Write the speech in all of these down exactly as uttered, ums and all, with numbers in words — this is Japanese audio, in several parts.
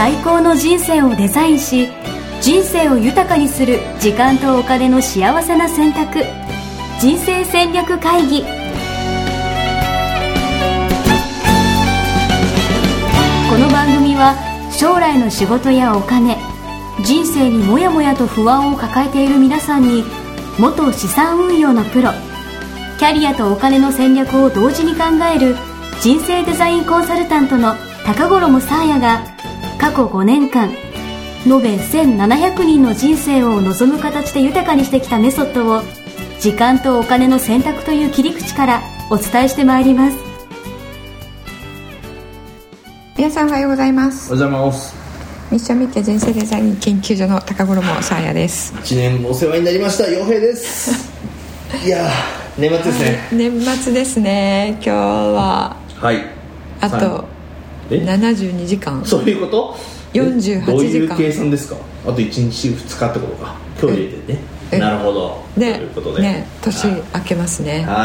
最高の人生をデザインし、人生を豊かにする時間とお金の幸せな選択、人生戦略会議。この番組は将来の仕事やお金、人生にもやもやと不安を抱えている皆さんに、元資産運用のプロ、キャリアとお金の戦略を同時に考える人生デザインコンサルタントの高頃もさあやが、過去ごねんかん延べせんななひゃくにんの人生を望む形で豊かにしてきたメソッドを、時間とお金の選択という切り口からお伝えしてまいります。 皆さんおはようございます。 おはようございます。 ミッションミッケ人生デザイン研究所の高頃もさあやです。 いちねんお世話になりました陽平ですいやー年末ですね、 はい、年末ですね。今日ははいあとななじゅうにじかん。 そういうこと？ よんじゅうはちじかん。 どういう計算ですか？あといちにちふつかってことか、今日入れてね。なるほど。 でということで、 ね、年明けますね。 はい、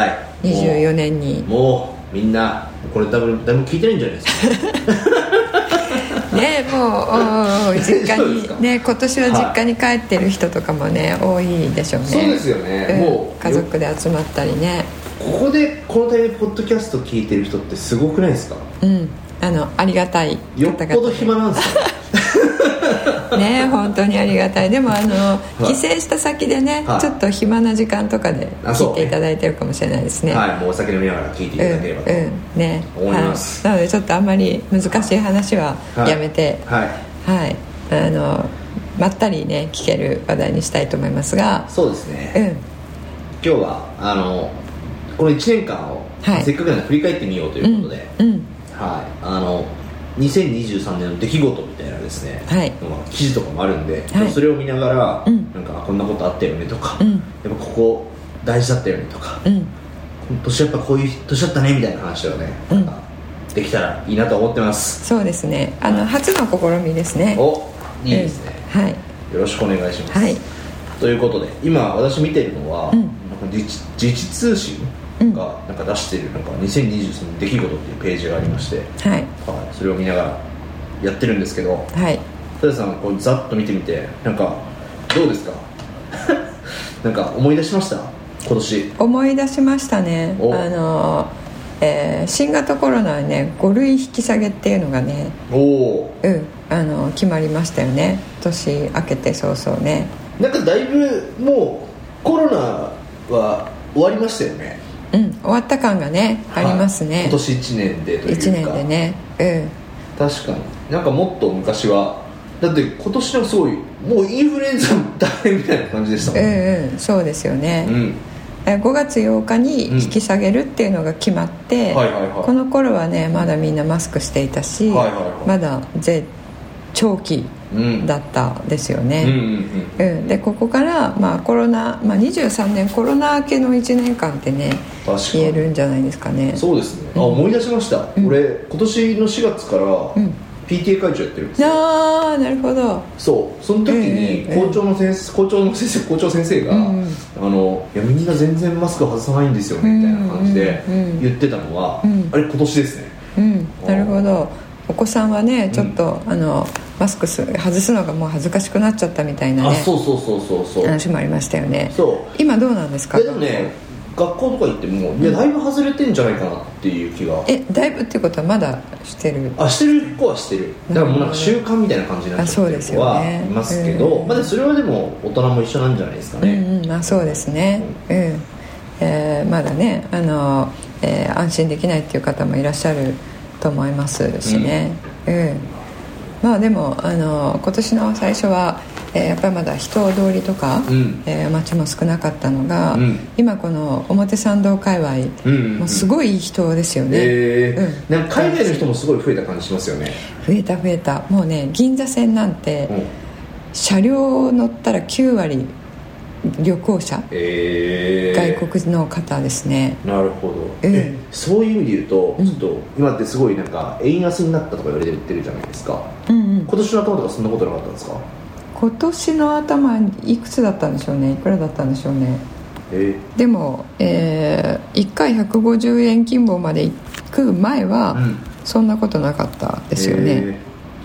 にじゅうよねんにもうみんなこれ多分誰も聞いてないんじゃないですかね、もう実家にね、今年は実家に帰ってる人とかもね、多いでしょうね。 そうですよね、 うん、 もう家族で集まったりね。 ここでこのタイミングでポッドキャスト聞いてる人ってすごくないですか？ うん、あのありがたいよっぽど暇なんですよね、本当にありがたい。でもあの、はい、帰省した先でね、はい、ちょっと暇な時間とかで聞いていただいてるかもしれないですね。 はい、もうお酒飲みながら聞いていただければと、 うんうんね、 思います、 はい、なのでちょっとあんまり難しい話はやめて、 はいはいはい、あのまったりね聞ける話題にしたいと思いますが。 そうですね、 うん、 今日はあのこのいちねんかんを、はい、せっかくなので振り返ってみようということで、うんうん、はい、あのにせんにじゅうさんねんの出来事みたいなですね、はい、記事とかもあるんで、はい、それを見ながら、うん、なんかこんなことあったよねとか、うん、やっぱここ大事だったよねとか、うん、今年やっぱこういう年だったねみたいな話をね、うん、なんかできたらいいなと思ってます。 そうですね、あの初の試みですね。 お、いいですね、 うん、はい、 よろしくお願いします、 はい、 ということで今私見てるのは、うん、なんか自治、自治通信がなんか出してるなんかにせんにじゅうさんねん出来事っていうページがありまして、はいはい、それを見ながらやってるんですけど、はい、田さんこうざっと見てみてなんかどうですかなんか思い出しました？今年思い出しましたね。あの、えー、新型コロナはねご類引き下げっていうのがね、お、うん、あの決まりましたよね。年明けて早々ね。 なんかだいぶもうコロナは終わりましたよね。 うん、終わった感がね、はい、ありますね。 今年いちねんでというかいちねんでね、うん、 確かになんかもっと昔はだって今年はすごいもうインフルエンザ大変みたいな感じでしたもんね。 うんうん、そうですよね、うん、ごがつようかに引き下げるっていうのが決まって、うんはいはいはい、この頃はねまだみんなマスクしていたし、はいはいはい、まだ絶長期だったですよね、うんうんうんうん、でここから、まあコロナまあ、にじゅうさんねんコロナ明けのいちねんかんってね言えるんじゃないですかね。 そうですね、あ、思い出しました、うん、俺今年のしがつから ピーティーエー 会長やってるんですよ、うん、 ああなるほど。 そうその時に校長の先生、校長の先生校長先生が、うんうん、あのいやみんな全然マスク外さないんですよねみたいな感じで言ってたのは、うんうん、あれ今年ですね、 うん、なるほど。お子さんはねちょっと、うん、あのマスクす外すのがもう恥ずかしくなっちゃったみたいなね、 あそうそうそうそうそう話もありましたよね。 そう今どうなんですか？ でもね学校とか行っても、うん、いやだいぶ外れてんじゃないかなっていう気が。 えだいぶっていうことはまだしてる？ あしてる子はしてる。だからもうなんか習慣みたいな感じになっちゃってる子はいますけど、ね、うん、まあ、それはでも大人も一緒なんじゃないですかね。 うんうん、まあ、そうですね、うんうん、えー、まだねあの、えー、安心できないっていう方もいらっしゃると思いますしね、うんうん、まあでもあの今年の最初は、えー、やっぱりまだ人通りとか、うん、えー、街も少なかったのが、うん、今この表参道界隈、うんうんうん、もうすごい人ですよね、 えーうん、なんか海外の人もすごい増えた感じしますよね。 増えた増えた。もうね銀座線なんて、うん、車両乗ったらきゅうわり旅行者、えー、外国の方ですね。 なるほど、えー、そういう意味で言うと、うん、ちょっと今ってすごいなんか円安になったとか言われてるじゃないですか、うんうん、今年の頭とかそんなことなかったんですか？ 今年の頭いくつだったんでしょうね。いくらだったんでしょうね、えー、でも、えー、いっかいひゃくごじゅうえん金棒まで行く前は、うん、そんなことなかったですよね、えー、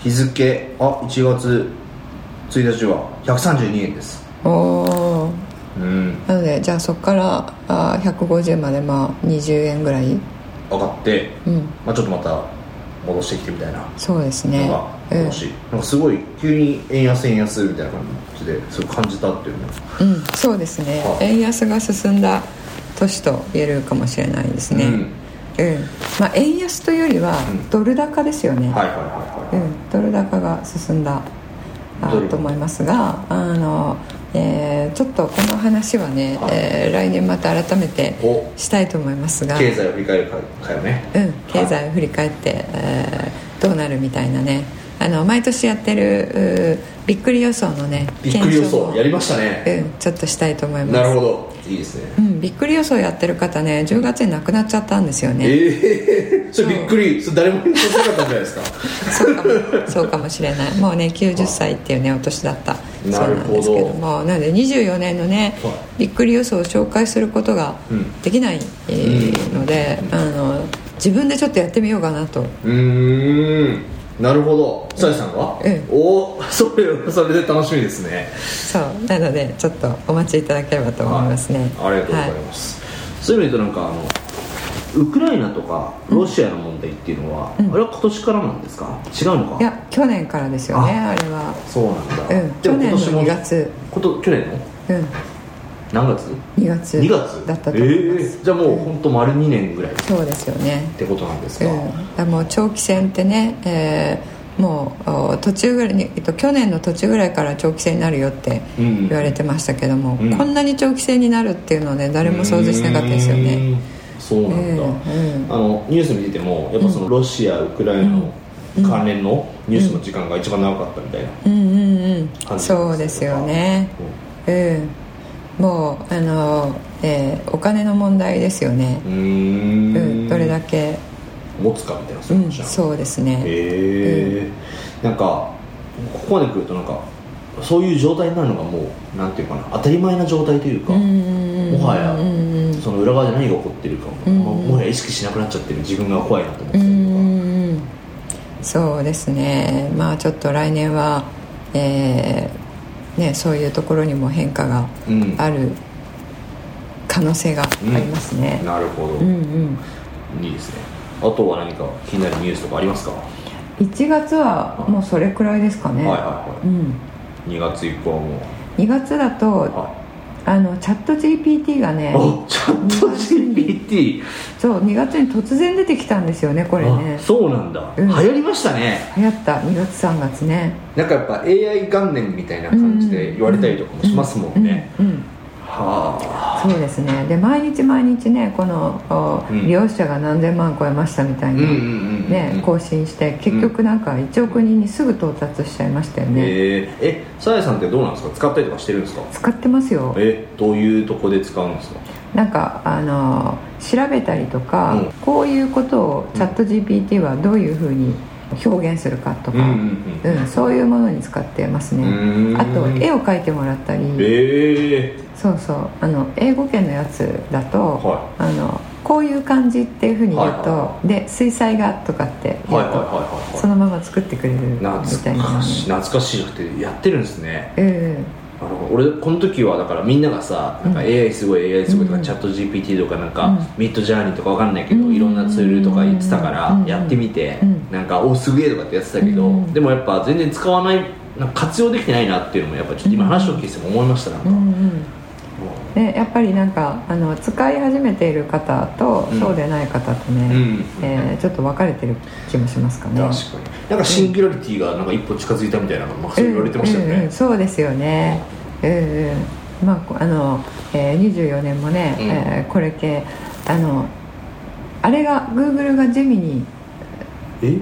日付あいちがつついたちはひゃくさんじゅうにえんです。 おお、うん、なのでじゃあそこからあひゃくごじゅうまでまあにじゅうえんぐらい上がって、うんまあ、ちょっとまた戻してきてみたいな。 そうですね。 なんか楽しい、うん、なんかすごい急に円安円安みたいな感じですごい感じたっていうの。 うんそうですね、はあ、円安が進んだ年と言えるかもしれないですね。うん、うんまあ、円安というよりはドル高ですよね。はいはいはいはい、うん、ドル高が進んだと思いますが、あの、えー、ちょっとこの話はね、はいえー、来年また改めてしたいと思いますが、 経済を振り返るかよね。 うん経済を振り返って、はいえー、どうなるみたいなね、あの毎年やってるびっくり予想のねびっくり予想やりましたね。 うんちょっとしたいと思います。 なるほどいいですね。 うんびっくり予想やってる方ねじゅうがつに亡くなっちゃったんですよね。 ええー、それびっくりそれ誰も言ってなかったんじゃないですか。 そうかもそうかもしれない。もうねきゅうじゅっさいっていうねお年だったそうなんですけども、なのでにじゅうよねんのねびっくり予想を紹介することができないので、うん、あの自分でちょっとやってみようかなと。 うーんなるほど。さやさんは、うん、おおそれそれで楽しみですね。 そうなのでちょっとお待ちいただければと思いますね。 はい、ありがとうございます、はい、そういう意味で言うとなんかあのウクライナとかロシアの問題っていうのは、うん、あれは今年からなんですか違うのか。 いや去年からですよね。 あ, あれはそうなんだ、 うん、去年のにがつこと去年のうん何月 ? に 月にがつだったと思います、えー、 じゃあもう本当丸にねんぐらい、うん、 そうですよねってことなんですか、 うん、だもう長期戦ってね、えー、もう途中ぐらいに、えっと、去年の途中ぐらいから長期戦になるよって言われてましたけども、うん、こんなに長期戦になるっていうのはね誰も想像しなかったですよね。 そうなんだ、えーうん、あのニュース見ててもやっぱそのロシア、うん、ウクライナの関連のニュースの時間が一番長かったみたいな感じうんうん、そうですよね、うんうんもうあの、えー、お金の問題ですよね。うーん、うん、どれだけ持つかみたいなそういう、 うん、そうですね。へえー、なんかここまで来るとなんかそういう状態になるのがもうなんていうかな当たり前な状態というか、うんもはやその裏側で何が起こってるかも、もはや意識しなくなっちゃってる自分が怖いなと思ってるのが。 そうですね。まあちょっと来年は、えーね、そういうところにも変化がある可能性がありますね、 うん、なるほど、うんうん、いいですね。あとは何か気になるニュースとかありますか。 いちがつはもうそれくらいですかね。はいはいはい、うん、 にがつ以降はもうにがつだと、はいあのチャット ジーピーティー がねチャット ジーピーティーそうにがつに突然出てきたんですよねこれね。 そうなんだ、うん、流行りましたね。 流行ったにがつさんがつね。 なんかやっぱ エーアイ 元年みたいな感じで言われたりとかもしますもんね。はあそうですね。で毎日毎日ねこの、うん、利用者が何千万超えましたみたいなね更新して結局なんかいちおくにんにすぐ到達しちゃいましたよね。 えー、えさやさんってどうなんですか。使ったりとかしてるんですか。 使ってますよ。 えどういうとこで使うんですか。 なんかあの調べたりとか、うん、こういうことをチャット ジーピーティー はどういうふうに表現するかとか、うんうんうん、そういうものに使ってますね。あと絵を描いてもらったり、えー、そうそうあの英語圏のやつだと、はい、あのこういう感じっていうふうに言うと、はいはいはい、で水彩画とかって言うと、はいはいはいはい、そのまま作ってくれるみたいな、ね、 懐かしいってやってるんですね。えーあの俺この時はだからみんながさなんか エーアイ すごい エーアイ すごいとか、うん、チャット ジーピーティー とかなんか、うん、ミッドジャーニーとかわかんないけど、うん、いろんなツールとか言ってたからやってみて、うん、なんかおすげえとかってやってたけど、うん、でもやっぱ全然使わないなんか活用できてないなっていうのもやっぱちょっと今話を聞いても思いました。なんか、うんうんね、やっぱりなんかあの使い始めている方と、うん、そうでない方とね、うんえー、ちょっと分かれてる気もしますかね。 確かになんかシンギュラリティがなんか一歩近づいたみたいなのもそう言われてましたよね、 うんうん、そうですよね、うんうんまああのえー、にじゅうよねんもね、うんえー、これ系あのあれが Google がジェミニえ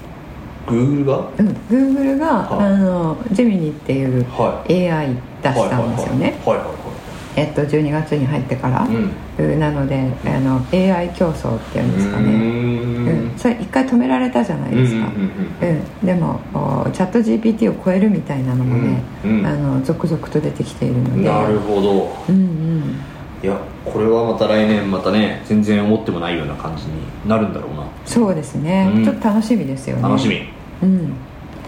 Google がうん Google が、はい、あのジェミニっていう エーアイ 出したんですよね。はいはいはいはいはいえっと、じゅうにがつに入ってから、うん、なのであの エーアイ 競争っていうんですかね、うん、それ一回止められたじゃないですか、うんうんうん、でもチャット ジーピーティー を超えるみたいなのもね、うんうん、あの続々と出てきているので。 なるほど、うんうん、いやこれはまた来年またね全然思ってもないような感じになるんだろうな。 そうですね、うん、ちょっと楽しみですよね。 楽しみ、うん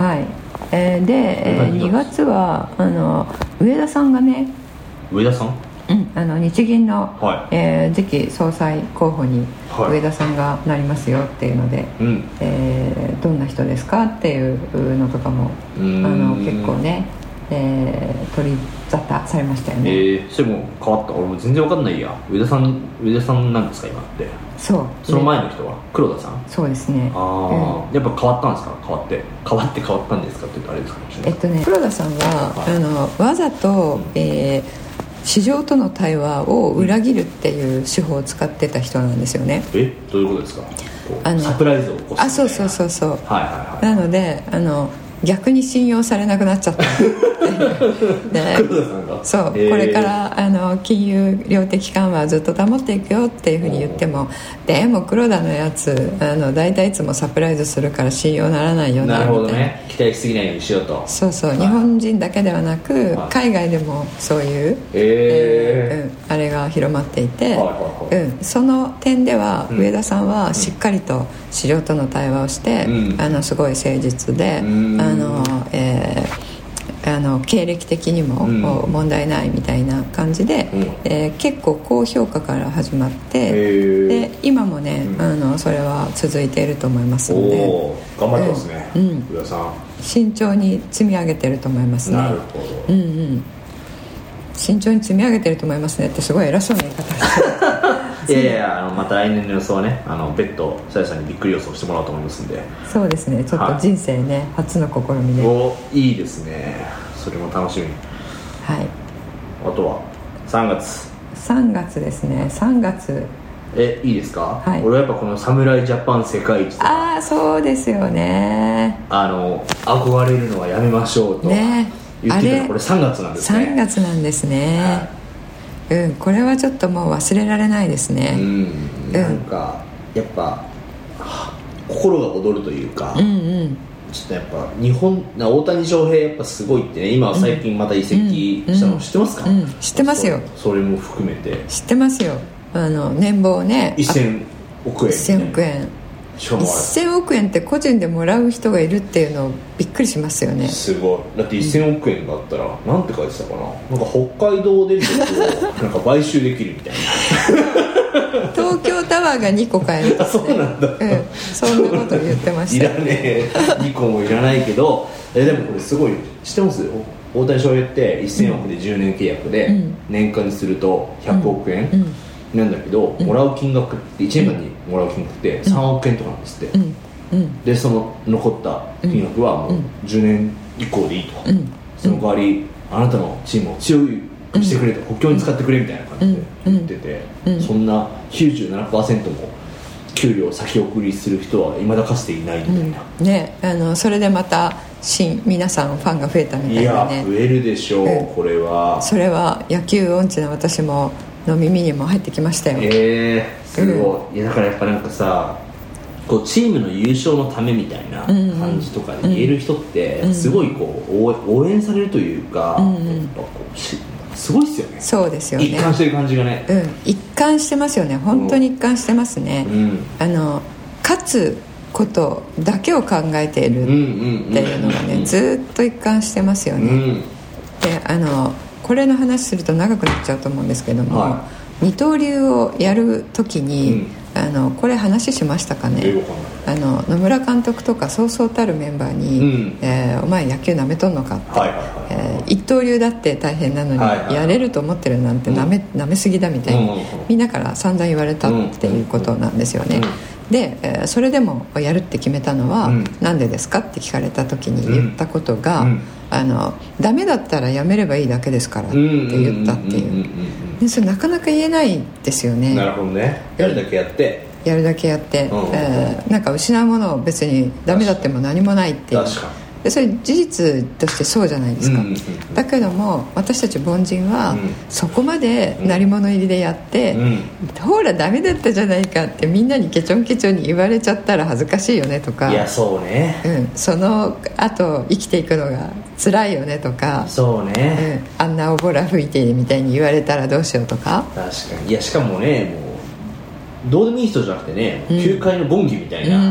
はい、えー、で、えー、にがつはあの上田さんがね、 上田さん、 うん、あの日銀の、 はい、 えー、次期総裁候補に上田さんがなりますよっていうので、はい、えー、どんな人ですかっていうのとかもあの結構ね、えー、取り沙汰されましたよね。 えー、それも変わった。俺も全然わかんないや。上田さん、上田さんなんですか今って。 そう、 その前の人は黒田さん。 そうですね。 ああ、うん、やっぱ変わったんですか。変わって変わって変わったんですかって言うとあれですかね。 えっとね、黒田さんは、はい、あのわざと、えー、市場との対話を裏切るっていう手法を使ってた人なんですよね。 え、どういうことですか。あのサプライズを起こす。 あ、そうそうそうそう、 はいはいはい、 なのであの逆に信用されなくなっちゃったで黒田さんがそう、えー、これからあの金融量的緩和をずっと保っていくよっていうふうに言っても、でも黒田のやつあの大体いつもサプライズするから信用ならないよねみたいな。 なるほどね、期待しすぎないようにしようと。 そうそう、はい、日本人だけではなく、はい、海外でもそういう、 えーえーうん、あれが広まっていて、はいはいはい、うん、その点では、うん、上田さんはしっかりと市場との対話をして、うん、あのすごい誠実で、うん、あのえー、あの経歴的にも問題ないみたいな感じで、うん、えー、結構高評価から始まって、で今もね、うん、あのそれは続いていると思いますので、 お頑張ってますね、うん、上田さん慎重に積み上げてると思いますね。 なるほど、 うんうん、慎重に積み上げてると思いますねってすごい偉そうな言い方いやいや、あのまた来年の予想はね、あの別途さやさんにびっくり予想してもらおうと思いますんで。 そうですね、ちょっと人生ね、はい、初の試みで。 お、いいですね、それも楽しみ。 はい、 あとはさんがつさんがつですね。さんがつえ、いいですか、 はい、 俺はやっぱこの侍ジャパン世界一とか、 ああそうですよね、 あの憧れるのはやめましょうと言ってたら、これさんがつなんですね。 さんがつなんですね、はい、うん、これはちょっともう忘れられないですね。うん、 なんかやっぱ心が躍るというか、うんうん、ちょっとやっぱ日本な大谷翔平やっぱすごいってね、今最近また移籍したの知ってますか。 うんうんうん、知ってますよ。 そ, それも含めて知ってますよ。あの年俸ねせんおくえん、 せんおくえん、せんおくえんって個人でもらう人がいるっていうのびっくりしますよね。 すごい。だってせんおくえんがあったら、うん、なんて書いてたかな、なんか北海道電力をなんか買収できるみたいな東京タワーがにこ買えるんですね。 そうなんだ、うん、 そんなこと言ってました。 いらねえにこもいらないけど、えでもこれすごい知ってます？大谷翔平ってせんおくでじゅうねん契約で、うん、年間にするとひゃくおくえん、うんうんなんだけど、もらう金額っていちねんかんにもらう金額ってさんおくえんとかなんですって、うんうん、でその残った金額はもうじゅうねん以降でいいと、うん、その代わりあなたのチームを強くしてくれと、補強に使ってくれみたいな感じで言ってて、うんうん、そんな きゅうじゅうななパーセント も給料を先送りする人はいまだかつていないみたいな、 うんね、あのそれでまた新皆さんファンが増えたみたいなね。 いや増えるでしょう、うん、これはそれは野球音痴な私もの耳にも入ってきましたよ。 えー、すごい、うん、いやだからやっぱなんかさ、こうチームの優勝のためみたいな感じとかで言える人ってすごいこう応援されるというか、うんうん、やっぱこうしすごいっすよね。 そうですよね、 一貫してる感じがね、 うん、一貫してますよね、本当に一貫してますね、うん、あの勝つことだけを考えているっていうのがねずっと一貫してますよね、うん、であのこれの話すると長くなっちゃうと思うんですけども、はい、二刀流をやるときに、うん、あのこれ話しましたかね、あの野村監督とかそうそうたるメンバーに、うんえー、お前野球なめとんのかって、はいはいはいえー、一刀流だって大変なのに、はいはい、やれると思ってるなんてなめ、うん、なめすぎだみたいに、うん、みんなから散々言われたっていうことなんですよね、うんうんで、えー、それでもやるって決めたのは、うん、なんでですかって聞かれた時に言ったことが、うん、あのダメだったらやめればいいだけですからって言ったっていうでそれなかなか言えないですよね。 なるほどね。やるだけやってやるだけやって、うんえー、なんか失うものを別にダメだっても何もないっていう確かにでそれ事実としてそうじゃないですか、うんうんうん、だけども私たち凡人は、うん、そこまで鳴り物入りでやって、うん、ほらダメだったじゃないかってみんなにケチョンケチョンに言われちゃったら恥ずかしいよねとかいやそうね、 うん、その後生きていくのが辛いよねとかそうね、 うん、あんなおぼら吹いてみたいに言われたらどうしようとか確かにいやしかもねもうどうでもいい人じゃなくてね、うん、球界のボンギみたいな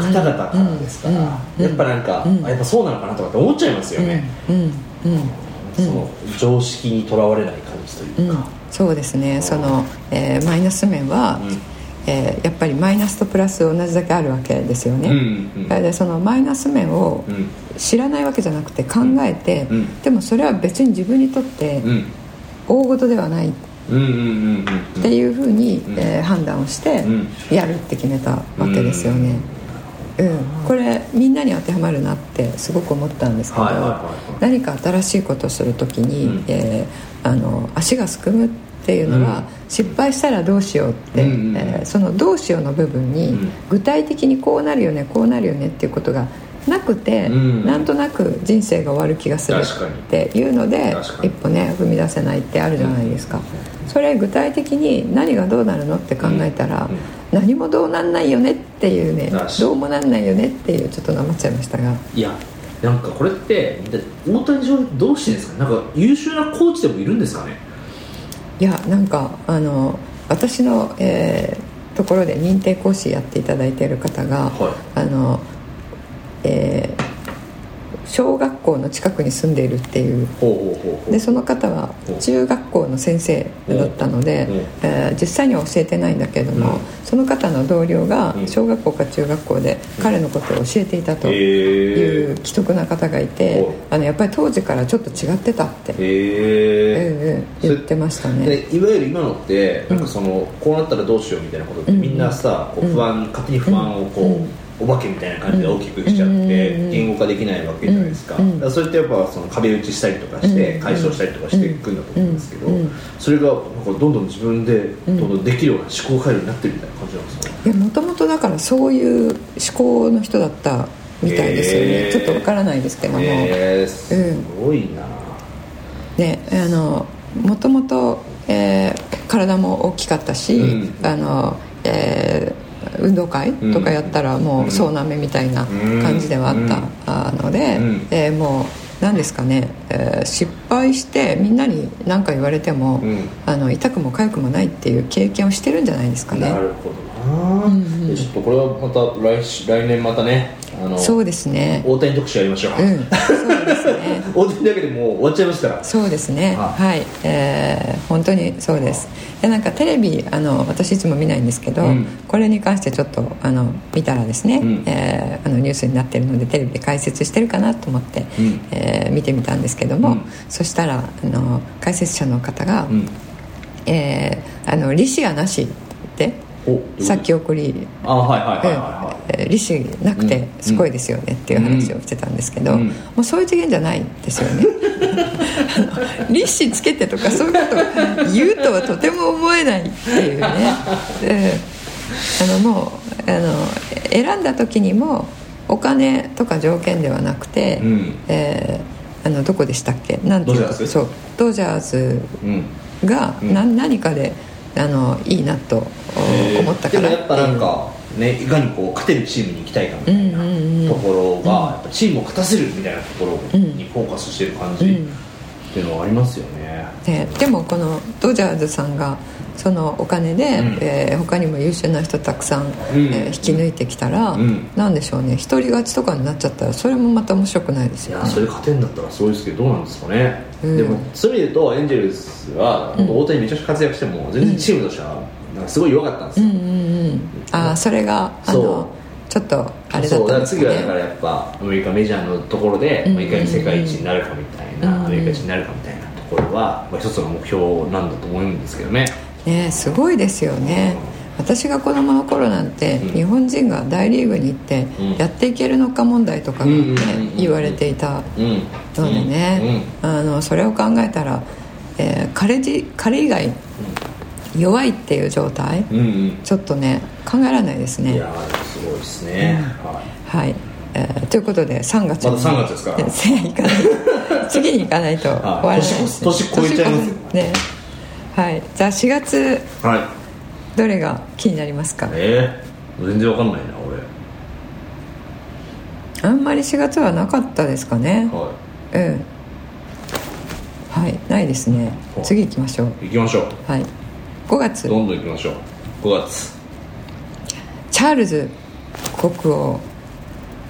方々からですから、うん、やっぱなんか、うん、やっぱそうなのかなとかって思っちゃいますよね、うんうんうん、その常識にとらわれない感じというか、うん、 そうですね、その、えー、マイナス面は、うんえー、やっぱりマイナスとプラス同じだけあるわけですよね、うんうん、でそのマイナス面を知らないわけじゃなくて考えて、うん、でもそれは別に自分にとって大事ではないっていうふうに、えー、判断をしてやるって決めたわけですよね、うん、これみんなに当てはまるなってすごく思ったんですけど、はいはいはいはい、何か新しいことをするときに、うんえー、あの足がすくむっていうのは、うん、失敗したらどうしようって、うんうんえー、そのどうしようの部分に、うん、具体的にこうなるよねこうなるよねっていうことがなくて、うん、なんとなく人生が終わる気がするっていうので一歩ね踏み出せないってあるじゃないですか、うん、それ具体的に何がどうなるのって考えたら、うんうん、何もどうなんないよねっていうねどうもなんないよねっていうちょっとなまっちゃいましたが、 いやなんかこれって大谷翔平どうしてですか、なんか優秀なコーチでもいるんですかね。 いやなんかあの私の、えー、ところで認定講師やっていただいている方が、はい、あの、えー、小学校の近くに住んでいるっていうでその方は中学校の先生だったので、えー、実際には教えてないんだけれども、うん、その方の同僚が小学校か中学校で彼のことを教えていたという奇特な方がいて、あのやっぱり当時からちょっと違ってたって、えー、言ってましたね。 いわゆる今のってなんかその、うん、こうなったらどうしようみたいなことってみんなさ、こう不安、うん、勝手に不安をこう、うんお化けみたいな感じで大きくしちゃって言語化できないわけじゃないですか。だからそれってやっぱその壁打ちしたりとかして解消したりとかしていくんだと思うんですけど、それがなんかどんどん自分でどんどんできるような思考回路になってるみたいな感じなんですかね。 いやもともとだからそういう思考の人だったみたいですよね、えー、ちょっとわからないですけども、 えー、すごいな、 うん、ねあのもともと、えー、体も大きかったし、うん、あのえー運動会とかやったらもう総なめみたいな感じではあったので、えー、もう何ですかね、えー、失敗してみんなに何か言われても、うん、あの痛くも痒くもないっていう経験をしてるんじゃないですかね。 なるほどな、うんうん、ちょっとこれはまた 来, 来年またねあのそうですね大谷特集やりましょう、 うん、そうですね大谷だけでもう終わっちゃいますから。 そうですねはい、はい、えー、本当にそうです。でなんかテレビあの私いつも見ないんですけど、うん、これに関してちょっとあの見たらですね、うん、えー、あのニュースになってるのでテレビで解説してるかなと思って、うん、えー、見てみたんですけども、うん、そしたらあの解説者の方が、うん、えー、あの利子がなしって先送り利子なくてすごいですよねっていう話をしてたんですけど、うんうん、もうそういう次元じゃないんですよね利子つけてとかそういうこと言うとはとても思えないっていうね、であのもうあの選んだ時にもお金とか条件ではなくて、うん、えー、あのどこでしたっけなんていうかそうドジャースが何、うん、何かであのいいなと思ったから、 でもやっぱなんか、ね、いかにこう勝てるチームに行きたいかみたいなところが、やっぱチームを勝たせるみたいなところにフォーカスしてる感じっていうのはありますよね、 で, でもこのドジャーズさんがそのお金で、うん、えー、他にも優秀な人たくさん、うん、えー、引き抜いてきたら、うん、なんでしょうね、一人勝ちとかになっちゃったらそれもまた面白くないですよね。 いやそれ勝てんだったらそうですけどどうなんですかね、うん、でもそういう意味で言うとエンジェルスは大谷めちゃくちゃ活躍しても全然チームとしてはなんかすごい弱かったんですよ、うんうんうん、 ああそれがあのちょっとあれだったんですかね。 そうだから次はだからやっぱアメリカメジャーのところで、うんうんうん、いかに世界一になるかみたいな、うんうん、アメリカ一になるかみたいなところは、まあ、一つの目標なんだと思うんですけどね。 ね、すごいですよね、うん、私が子供の頃なんて、うん、日本人が大リーグに行ってやっていけるのか問題とかが、ね、うん、言われていたのでね、うん、あのそれを考えたら、えー、彼, 彼以外弱いっていう状態、うんうん、ちょっとね考えられないですね。 いやすごいですね、 うん、はい、はい、えー、ということでさんがつにまださんがつですから行かない次に行かないと終わらないですね。 年越えちゃいますよね。はい、じゃあしがつ、はい、どれが気になりますか。 えー、全然わかんないな俺。あんまりしがつはなかったですかね。はい、うん、はい、ないですね。次行きましょう。 行きましょう。 はい、ごがつどんどん行きましょう。ごがつチャールズ国王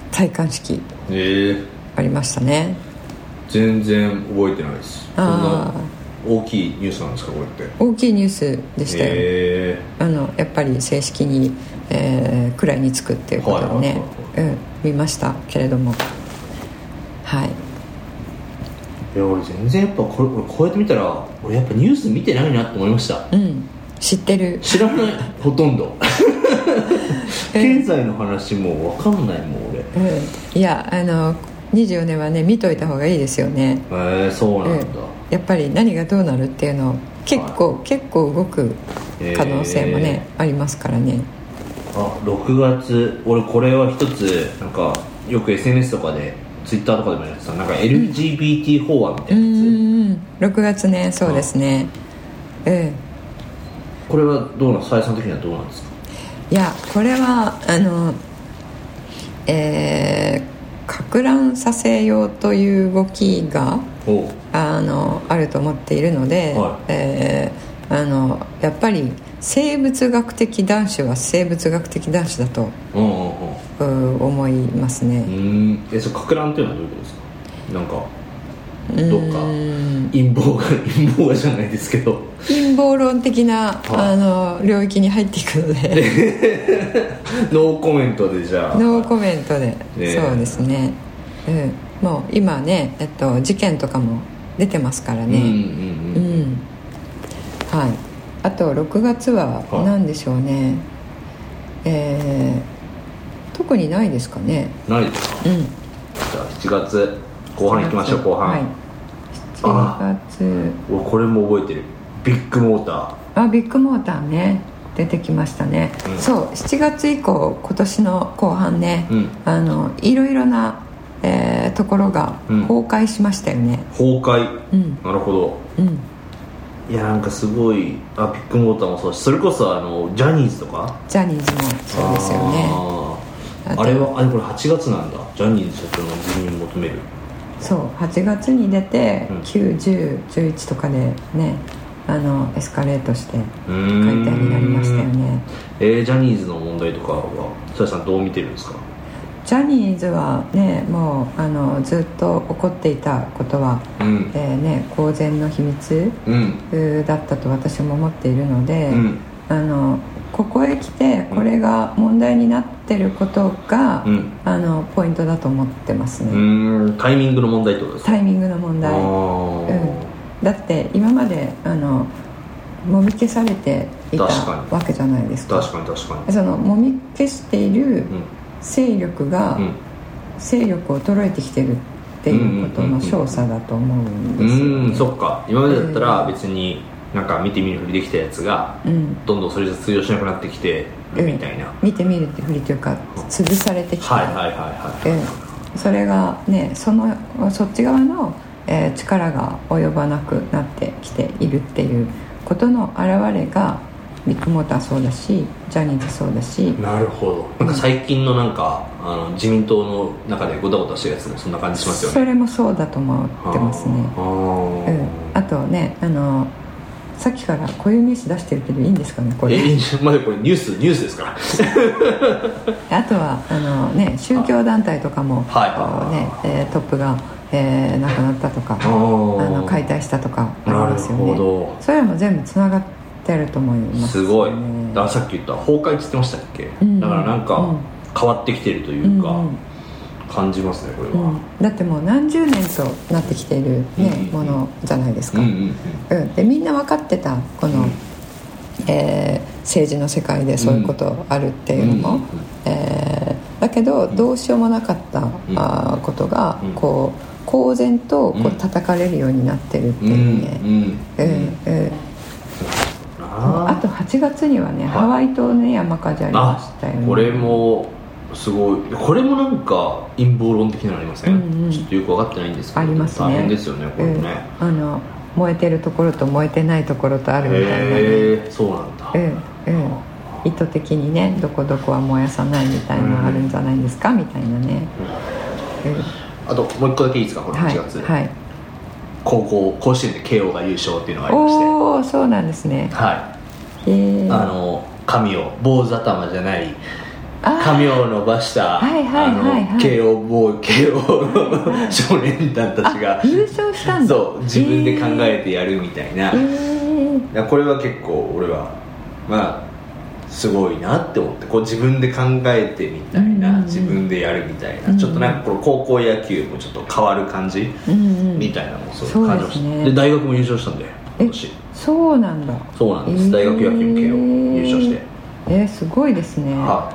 戴冠式ありましたね。 えー、全然覚えてないです。そんな大きいニュースなんですかこれって。 大きいニュースでしたよ、えー、あのやっぱり正式に、えー、位につくっていうことをね、はいはいはいはい、うん、見ましたけれども、はい。 いや俺全然やっぱこれこうやって見たら俺やっぱニュース見てないなって思いました。 うん、知ってる。 知らないほとんど経済の話も分かんないもん俺、 うん、いやあのにじゅうよねんはね見といた方がいいですよね。 へえー、そうなんだ、うん、 やっぱり何がどうなるっていうの結構、はい、結構動く可能性もね、えー、ありますからね。 あ、ろくがつ俺これは一つなんかよく エスエヌエス とかでツイッターとかでもやってたなんか エルジービーティー 法案みたいなやつ、うん、 ろくがつね、そうですね、うん、 これはどうなん、さえさん的にはどうなんですか。 いやこれはあのえー、撹乱させようという動きが あ, のあると思っているので、はい、えー、あのやっぱり生物学的男子は生物学的男子だと、うんうんうん、思いますね。 うん、えそれ撹乱っていうのはどういうことですか。なんかどっか陰謀が陰謀がじゃないですけど陰謀論的な、あの領域に入っていくのでノーコメントでじゃあノーコメントで、ね、そうですね、うん、もう今ね、えっと、事件とかも出てますからね、うんうんうんうん、はい。あとろくがつは何でしょうね、はい、えー、特にないですかね。 ないですか、うん、じゃあしちがつ後半いきましょう。後半、はい、しちがつこれも覚えてる。ビッグモーター。 あ、ビッグモーターね、出てきましたね、うん、そうしちがつ以降今年の後半ね、うん、あのいろいろな、えー、ところが崩壊しましたよね、 うん、崩壊、うん、なるほど、うん、いやなんかすごい、あビッグモーターもそうし、それこそあのジャニーズとかジャニーズもそうですよね。 あ, あれはあれこれはちがつなんだ。ジャニーズ社長の辞任求める。 そうはちがつに出て、うん、きゅう、じゅう、じゅういちとかでね、あのエスカレートして解体になりましたよね。 えー、ジャニーズの問題とかはそやさんどう見てるんですか。 ジャニーズはねもうあのずっと起こっていたことは、うんえーね、公然の秘密、うん、だったと私も思っているので、うん、あのここへ来てこれが問題になってることが、うん、あのポイントだと思ってますね。 うーんタイミングの問題ってことですか。 タイミングの問題、うん、だって今まであのもみ消されていたわけじゃないですか。 確かに確かに。 そのもみ消している勢力が、うん、勢力を衰えてきてるっていうことの証左だと思うんですよ、ね、 うん、そっか。今までだったら別になんか見てみるふりできたやつが、うん、どんどんそれじゃ通用しなくなってきてるみたいな、うん、 見てみるってふりというか潰されてきた、 はいはいはいはい、 うん、それがね そ, のそっち側の、えー、力が及ばなくなってきているっていうことの表れがビッグモーターそうだしジャニーズそうだし。 なるほど。なんか最近のなんか、うん、あの自民党の中でごたごたしたやつもそんな感じしますよね。 それもそうだと思ってますね。あ、うん、あとねあのさっきからこういうニュース出してるけどいいんですかねこれ。 えまだこれニュースニュースですからあとはあの、ね、宗教団体とかも、はいねえー、トップが、えー、亡くなったとかあの解体したとかありますよね。なるほど。それも全部つながってると思います、ね、 すごい。だからさっき言った崩壊って言ってましたっけ、うん、だからなんか変わってきてるというか、うんうん、感じますねこれは、うん、 だってもう何十年となってきている、ねうんうん、ものじゃないですか、うんうんうんうん、でみんな分かってたこの、うんえー、政治の世界でそういうことあるっていうのも、うんうんえー、だけどどうしようもなかった、うん、あことがこう公然とこう叩かれるようになってるっていうね、うんうんえーえーあとはちがつにはね、はい、ハワイ島ね山火事ありましたよね。 これもすごい。これもなんか陰謀論的なのありません、うんうん、ちょっとよく分かってないんですけどありますね。 大変ですよねこれもね、 うん、あの燃えてるところと燃えてないところとあるみたいなね。 へえそうなんだ、 うんうん、意図的にねどこどこは燃やさないみたいなのあるんじゃないですか、うん、みたいなね、 うんうん、あともう一個だけいいですかこのはちがつ、はいはい、高校甲子園で慶応が優勝っていうのがありまして。 おおそうなんですね。 はい、えー、あの髪を坊主頭じゃない髪を伸ばした慶応ボーイ慶応の少年団たちが優勝したんだ。 そう自分で考えてやるみたいな、えー、これは結構俺はまあすごいなって思って、こう自分で考えてみたいな、うんうんうん、自分でやるみたいな、うんうん、ちょっとなんかこの高校野球もちょっと変わる感じ、うんうん、みたいなのもそう感じました。で、ね、で大学も優勝したんで今年。 そうなんだ。 そうなんです、えー、大学野球も慶応優勝して、 えー、すごいですね。はい、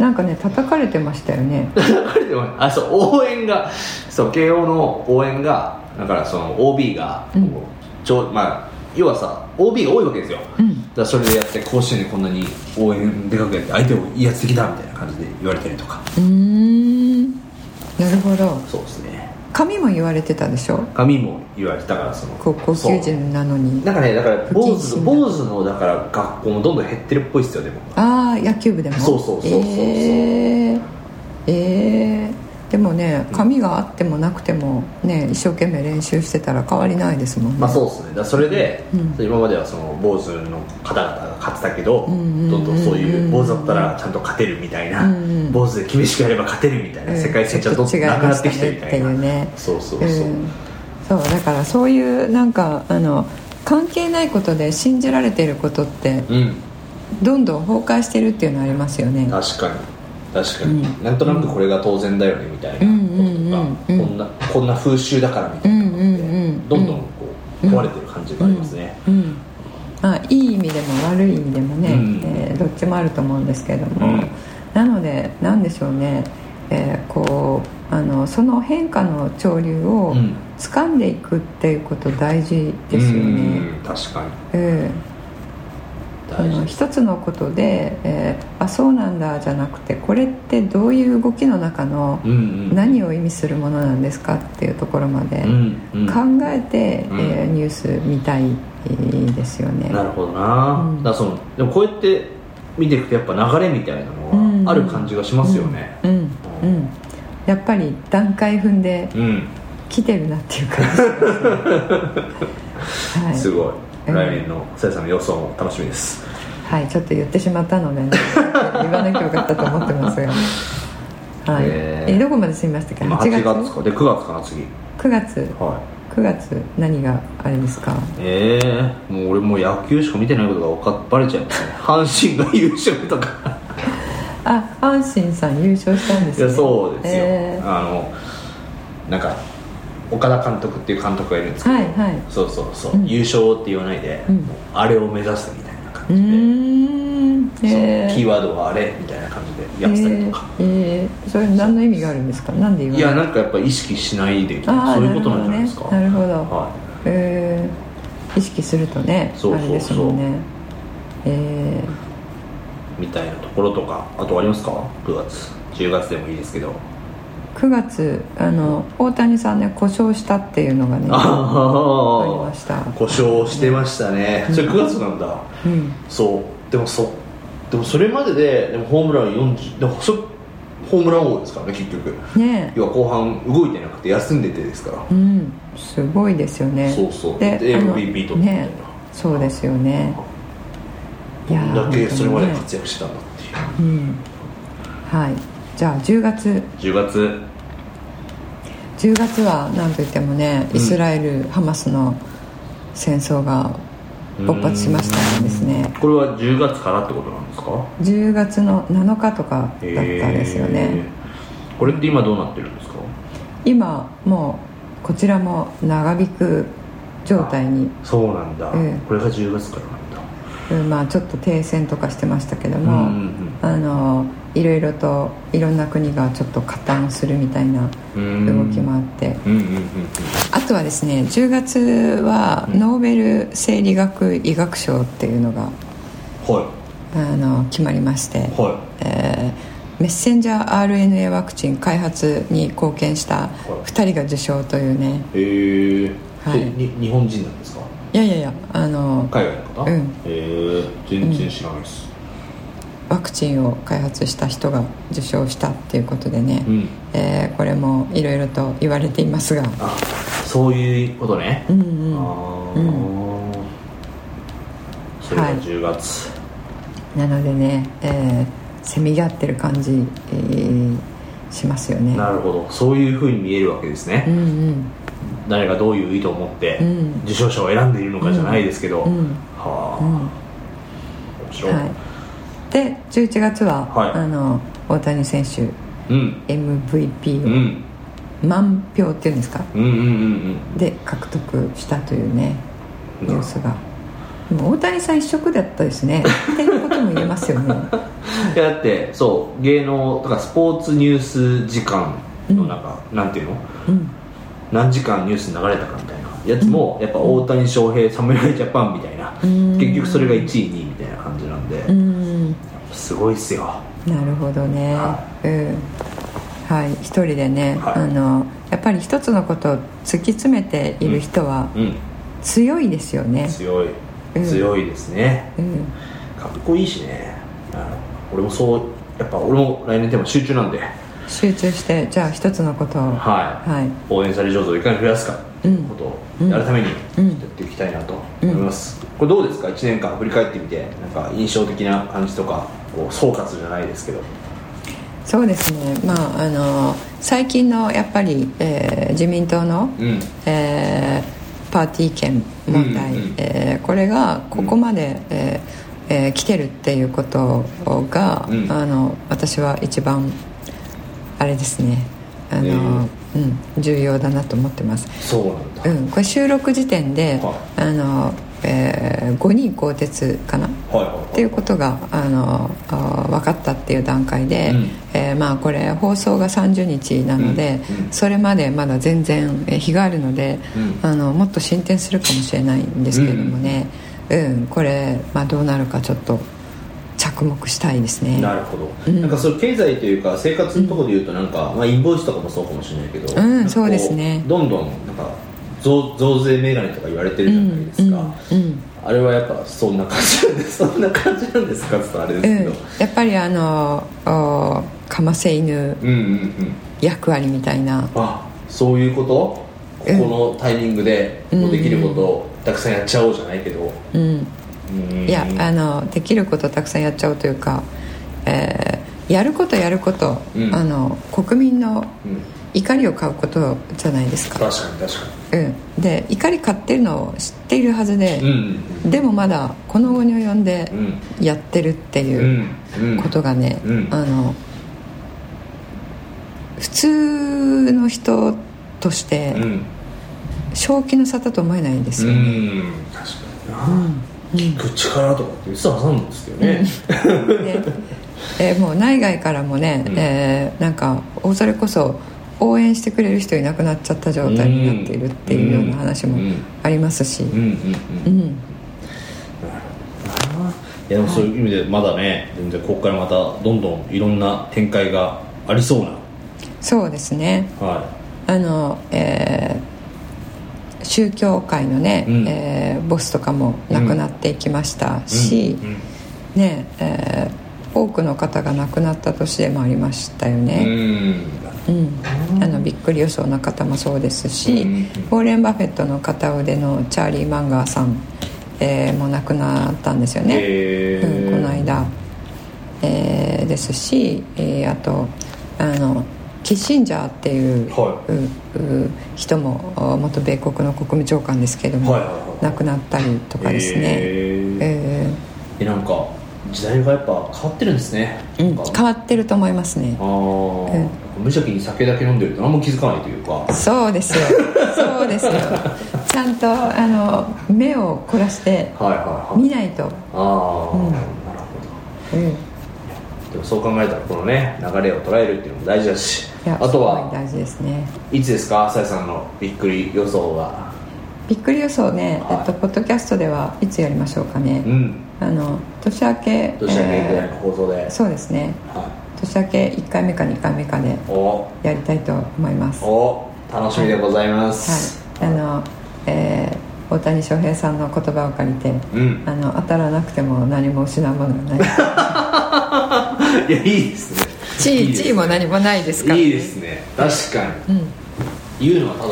なんかね叩かれてましたよね。 叩かれてました。あ、そう応援がそう慶応の応援がだからその オービー がこう、うん、ちょまあ要はさ オービー が多いわけですよ、うん、だからそれでやって甲子園でこんなに応援でかくやって相手を威圧的だみたいな感じで言われたりとか。 うーん、なるほど。 そうですね。 髪も言われてたでしょ。 髪も言われてたからその高校球児なのにだからねだから坊主坊主のだから学校もどんどん減ってるっぽいですよ。でもああ野球部でもそうそうそうそうそう、 えー、えーでもね髪があってもなくてもね一生懸命練習してたら変わりないですもんね。 まあそうですね。だそれで、うん、今まではその坊主の方々が勝ってたけど、うんうん、どんどんそういう坊主だったらちゃんと勝てるみたいな、うんうん、坊主で厳しくやれば勝てるみたいな、うん、世界戦ちゃんとなくなってきてみたいな、ね、そうそうそう、うん、 そうだからそういうなんかあの関係ないことで信じられていることって、うん、どんどん崩壊してるっていうのはありますよね。 確かに確かに、うん、なんとなくこれが当然だよねみたいなこととか、うんうんうん、こんなこんな風習だからみたいなのって、うんうんうん、どんどんこう壊れてる感じがありますね、うんうんうんまあ、いい意味でも悪い意味でもね、うんえー、どっちもあると思うんですけれども、うん、なのでなんでしょうね、えー、こうあのその変化の潮流を掴んでいくっていうこと大事ですよね、うんうん、確かに、 えーあの一つのことで、えー、あそうなんだじゃなくてこれってどういう動きの中の何を意味するものなんですかっていうところまで考えて、うんうんえー、ニュース見たいですよね。 なるほどな、うん、だからそのでもこうやって見ていくとやっぱ流れみたいなのはある感じがしますよね、うんうんうんうん、やっぱり段階踏んで来てるなっていう感じ、 うんはい、すごい来年のさやさんの予想も楽しみです。 はい、ちょっと言ってしまったので、ね、言わなきゃよかったと思ってますが、はいえー、えどこまで済みましたっけ。 はちがつはちがつかでくがつかな次くがつ、はい、くがつ何があれですか。 ええー、もう俺もう野球しか見てないことが分かっバレちゃいますね。阪神が優勝とかあ阪神さん優勝したんですね。 いやそうですよ、えー、あのなんか岡田監督っていう監督がいるんですけど、はいはい、そうそうそう、うん、優勝って言わないで、うん、あれを目指すみたいな感じで、うーん、えー、キーワードはあれみたいな感じでやってたりとか、えーえー、それ何の意味があるんですか。なんで言わない。 いやなんかやっぱ意識しないでそういうことなんじゃないですか。 なるほど、ね、なるほど、はいえー、意識するとねそうそうそうあれですもんね、えー、みたいなところとかあとありますか。くがつじゅうがつでもいいですけどくがつあの大谷さんね故障したっていうのがねありました。 故障してましたね、うん、それくがつなんだ、うん、そうでもそでもそれまでででもホームランよんじゅうでもそホームラン王ですからね結局ね。要は後半動いてなくて休んでてですから、 うん、すごいですよね。 そうそうで エムブイピー 取ってみたいな、ね、 そうですよね。 どんだけそれまで活躍してたんだっていう、ねうん、はいじゃあじゅうがつじゅうがつじゅうがつは何といってもねイスラエル、うん、ハマスの戦争が勃発しましたんですね。 これはじゅうがつからってことなんですか。 じゅうがつのなのかとかだったですよね。 これって今どうなってるんですか。 今もうこちらも長引く状態に。 そうなんだ、うん、これがじゅうがつからなんだ。 まあ、ちょっと停戦とかしてましたけども、うんうんうん、あのいろいろといろんな国がちょっと加担するみたいな動きもあって、うんうんうんうん、あとはですねじゅうがつはノーベル生理学医学賞っていうのが、はい、あの決まりまして、はいえー、メッセンジャー アールエヌエー ワクチン開発に貢献したふたりが受賞というね。 へー、はい、に日本人なんですか。 いやいやいやあの海外の方、うん、へえ全然知らないです、 うん、ワクチンを開発した人が受賞したっていうことでね、うんえー、これもいろいろと言われていますが。 あそういうことね。うんうん、あ、うん、それがじゅうがつ、 はい、なのでね、えー、 せめぎ合ってる感じ、えー、しますよね。 なるほど、そういう風に見えるわけですね、うんうん、誰がどういう意図を持って受賞者を選んでいるのかじゃないですけど、うんうん、はあ、うん、面白い、はい、でじゅういちがつは、はい、あの大谷選手、うん、エムブイピー を、うん満票っていうんですか、うんうんうんうん、で獲得したというねニュースが、もう大谷さん一色だったですねっていうことも言えますよねいやだってそう芸能とかスポーツニュース時間のなんか、うん、なんていうの、うん、何時間ニュース流れたかみたいなやつも、うん、やっぱ大谷翔平侍ジャパンみたいな、うん、結局それがいちいにいみたいな感じなんで、うん、すごいっすよ。 なるほどね、はい、うんはい、一人でね、はい、あのやっぱり一つのことを突き詰めている人は強いですよね、うんうん、 強い強いですね、うん、かっこいいしね。俺もそうやっぱ俺も来年でも集中なんで集中してじゃあ一つのことを、 はいはい、応援される上手をいかに増やすかということをやるためにやっていきたいなと思います、うんうん、これどうですかいちねんかん振り返ってみてなんか印象的な感じとかこう総括じゃないですけど。 そうですね、まあ、あの最近のやっぱり、えー、自民党の、うんえー、パーティー券問題、うんうんえー、これがここまで、うんえーえー、来てるっていうことが、うん、あの私は一番あれですねあの、えーうん、重要だなと思ってます。 そうなんだ、 うん、これ収録時点で、はい、あのえー、ごにん更迭かな、はいはいはい、っていうことがあのあ分かったっていう段階で、うんえーまあ、これ放送がさんじゅうにちなので、うんうん、それまでまだ全然日があるので、うん、あのもっと進展するかもしれないんですけれどもね、うん、うん、これ、まあ、どうなるかちょっと着目したいですね。 なるほど、うん、なんかそういう経済というか生活のところでいうとなんか、まあ、インボイスとかもそうかもしれないけど、 うん、そうですね、 どんどんなんか 増, 増税メガネとか言われてるじゃないですか、うんうんうん、あれはやっぱそんな感じなんですそんな感じなんですかってあれですけど、うん、 やっぱりあのかませ犬役割みたいな、うんうんうん、 あそういうことここのタイミングでもうできることをたくさんやっちゃおうじゃないけど、うんうん、いやあのできることをたくさんやっちゃおうというか、えー、やることやること、うん、あの国民の怒りを買うことじゃないですか。 確かに確かに、うん、で怒り買ってるのを知っているはずで、うんうん、でもまだこの後に及んでやってるっていうことがね、うんうん、あの普通の人として正気の沙汰と思えないんですよね、うん、 確かにな、うん聞く力とかって言ってたはずなんですけどね、うんでえー、もう内外からもね、うんえー、なんかそれこそ応援してくれる人いなくなっちゃった状態になっているっていうような話もありますし、うんうんうんうん、いやでもそういう意味でまだね全然ここからまたどんどんいろんな展開がありそうな。 そうですね、はい、あの、えー、宗教界のね、うんえー、ボスとかも亡くなっていきましたし、うんうんうんねえー、多くの方が亡くなった年でもありましたよね、うんうん、あのびっくり予想の方もそうですし、うん、ウォーレン・バフェットの片腕のチャーリー・マンガーさん、えー、も亡くなったんですよね、えーうん、この間、えー、ですし、えー、あとあのキッシンジャーっていう、はい、うう人も元米国の国務長官ですけれども、はいはいはい、亡くなったりとかですね、えーえー、なんか時代がやっぱ変わってるんですね、 うん、変わってると思いますね。あ、うん、 無邪気に酒だけ飲んでると何も気づかないというか。 そうですよそうですよちゃんとあの目を凝らして見ないと、はいはいはい、ああ、うん、なるほど、うん、でもそう考えたらこのね流れを捉えるっていうのも大事だし、あとは大事ですね。 いつですか朝井さんのびっくり予想は。 びっくり予想ね、はい、えっと、ポッドキャストではいつやりましょうかね、うん、あの年明け年明けぐらいの放送で、 えー、そうですね、はい、年明けいっかいめかにかいめかでやりたいと思います。 お楽しみでございます、 はいはい、あのえー、大谷翔平さんの言葉を借りて、うん、あの当たらなくても何も失うものがないいやいいですね。 地位、地位も何もないですから、ね、 いいですね確かに、うん、言うのはただですね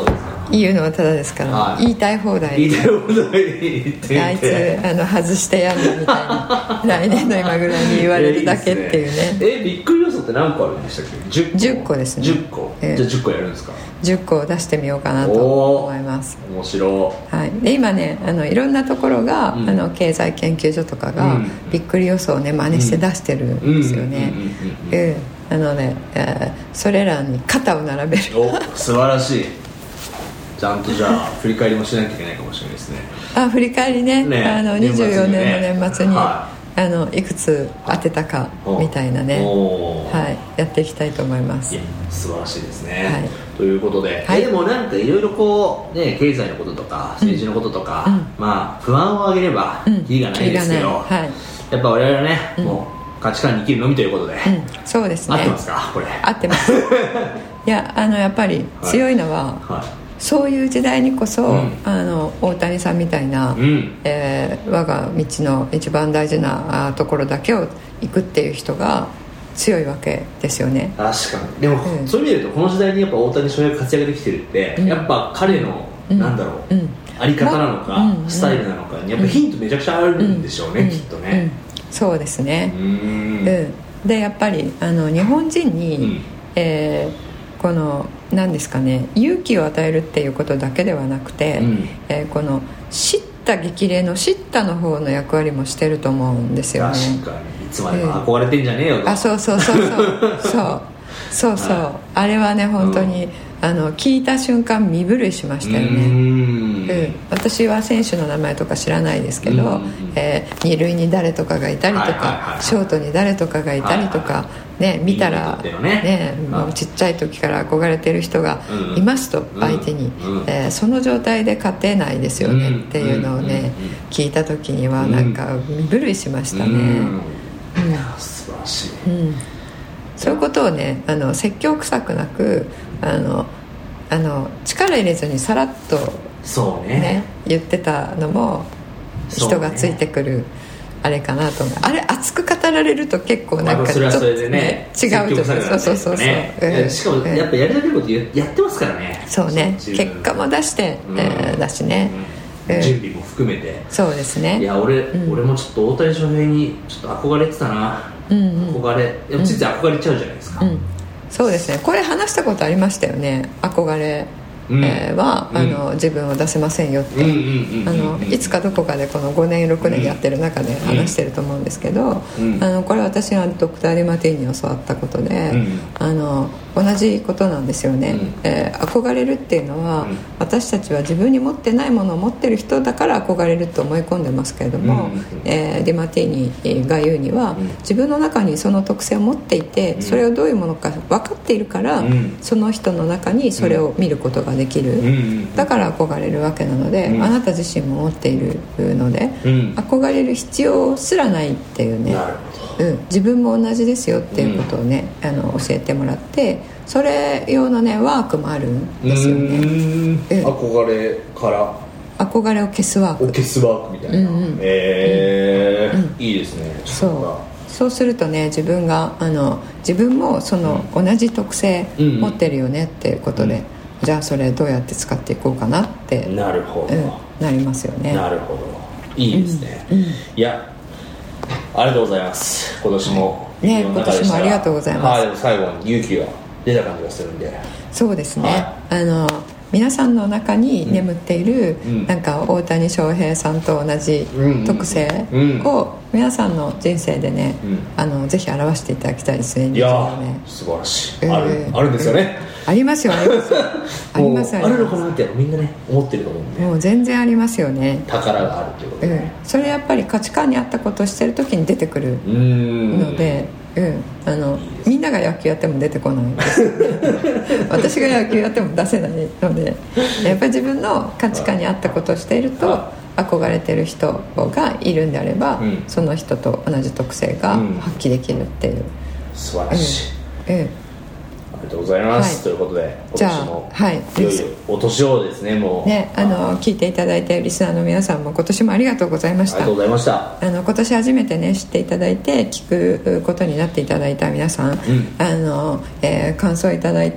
言うのはただですから、はい、言いたい放題言いたい放題言ってあいつあの外してやんのみたいな来年の今ぐらいに言われるだけっていうねえ, いいねえびっくり要素って何個あるんでしたっけ？ じゅっこじゅっこですね。 じゅっこ、えー、じゃあじゅっこやるんですか？ じゅっこを出してみようかなと思います。 面白い、はい、で今ねあのいろんなところが、うん、あの経済研究所とかが、うん、びっくり予想をね真似して出してるんですよね。なので、えー、それらに肩を並べるお素晴らしい。ちゃんとじゃあ振り返りもしなきゃいけないかもしれないですね。 あ振り返り ね, ねあのにじゅうよねんの年末に、 はい、 あのいくつ当てたかみたいなね、はい、やっていきたいと思います。 いや素晴らしいですね、 はい、 ということで、はい、えでもなんかいろいろこう、ね、経済のこととか政治のこととか、うん、まあ不安をあげればキリがないですけど、うんはい、やっぱ我々はね、うん、もう価値観に生きるのみということで、うん、 そうですね。 合ってますかこれ？ 合ってますいやあのやっぱり強いのは、はいはい、そういう時代にこそ、うん、あの大谷さんみたいな、うんえー、我が道の一番大事なところだけを行くっていう人が強いわけですよね。 確かにでも、うん、そういう意味で言うとこの時代にやっぱ大谷翔平が活躍できてるって、うん、やっぱ彼の、うん、なんだろう、うん、あり方なのか、うん、スタイルなのかにやっぱヒントめちゃくちゃあるんでしょうね、うん、きっとね、 うん、そうですね。うん、うん、でやっぱりあの日本人に、うんえー、この何ですかね勇気を与えるっていうことだけではなくて、うんえー、この叱咤激励の叱咤の方の役割もしてると思うんですよね。 確かにいつまでも憧れてんじゃねえよと、 うん、あそうそうそうそうそうそうそう、はい、あれはね本当に、うん、あの聞いた瞬間身震いしましたよね。うん、うん、私は選手の名前とか知らないですけど、うんえー、二塁に誰とかがいたりとか、はいはいはいはい、ショートに誰とかがいたりとか、はいはいね、見たら、ねね、もうちっちゃい時から憧れてる人がいますと、うん、相手に、うんえー、その状態で勝てないですよね、うん、っていうのをね、うん、聞いた時にはなんか身震いしましたね。うんうん、 素晴らしい、 うん、そういうことをねあの説教臭くなくあのあの力入れずにさらっと、 そうねね、言ってたのも人がついてくるあれかなと思う。あれ熱く語られると結構なんかちょっと、ね、違うと思う。そうそうそうそう、 うん、しかもやっぱやりたいことやってますからね。 そうね結果も出して、うんえー、だしね、 うんうん、準備も含めてそうですね。 いや 俺,、うん、俺もちょっと大谷翔平にちょっと憧れてたな、うんうん、憧れやっぱついつい憧れちゃうじゃないですか、うんうん、 そうですね。これ話したことありましたよね。憧れうんえー、は、うん、あの自分を出せませんよって、いつかどこかでこのごねんろくねんやってる中で話してると思うんですけど、うん、あのこれ私がドクター・ディマティーニに教わったことで、うん、あの同じことなんですよね、うんえー、憧れるっていうのは、うん、私たちは自分に持ってないものを持ってる人だから憧れると思い込んでますけれども、うんえー、ディマティーニが言うには、うん、自分の中にその特性を持っていて、うん、それをどういうものか分かっているから、うん、その人の中にそれを見ることができる、うん、だから憧れるわけなので、うん、あなた自身も持っているので、うん、憧れる必要すらないっていうね、うん、自分も同じですよっていうことをね、うん、あの教えてもらって、それ用のねワークもあるんですよね。うん、 憧れから憧れを消すワーク消すワークみたいな、うんうん、えーうん、いいですね。 そうそうするとね自分があの自分もその同じ特性持ってるよねっていうことで、うんうん、じゃあそれどうやって使っていこうかなってなるほど、うん、 なりますよね。 なるほどいいですね、うんうん、いやありがとうございます。今年も、 はい、ね今年もありがとうございます。 はい、最後に勇気が出た感じがするんで。 そうですね、はい、あの皆さんの中に眠っている、うん、なんか大谷翔平さんと同じ特性を皆さんの人生でね、うん、あのぜひ表していただきたいですね。 いや素晴らしい、えー、ある、あるんですよね、 ありますよありますよありますあるのかなってみんなね思ってると思うんで、 もう全然ありますよね。 宝があるということで、 うん、それやっぱり価値観に合ったことをしてる時に出てくるので、うん、あのみんなが野球やっても出てこないですよね私が野球やっても出せないので、やっぱり自分の価値観に合ったことをしていると憧れてる人がいるんであれば、うん、その人と同じ特性が発揮できるっていう、うん、 素晴らしい、うんうん、ありがとうございます、はい、ということで今年もはい、 いよいよお年をですねもうね、あの聞いていただいてリスナーの皆さんも今年もありがとうございました。 ありがとうございました。 あの今年初めてね知っていただいて聞くことになっていただいた皆さん、うん、あのえー、感想いただいて、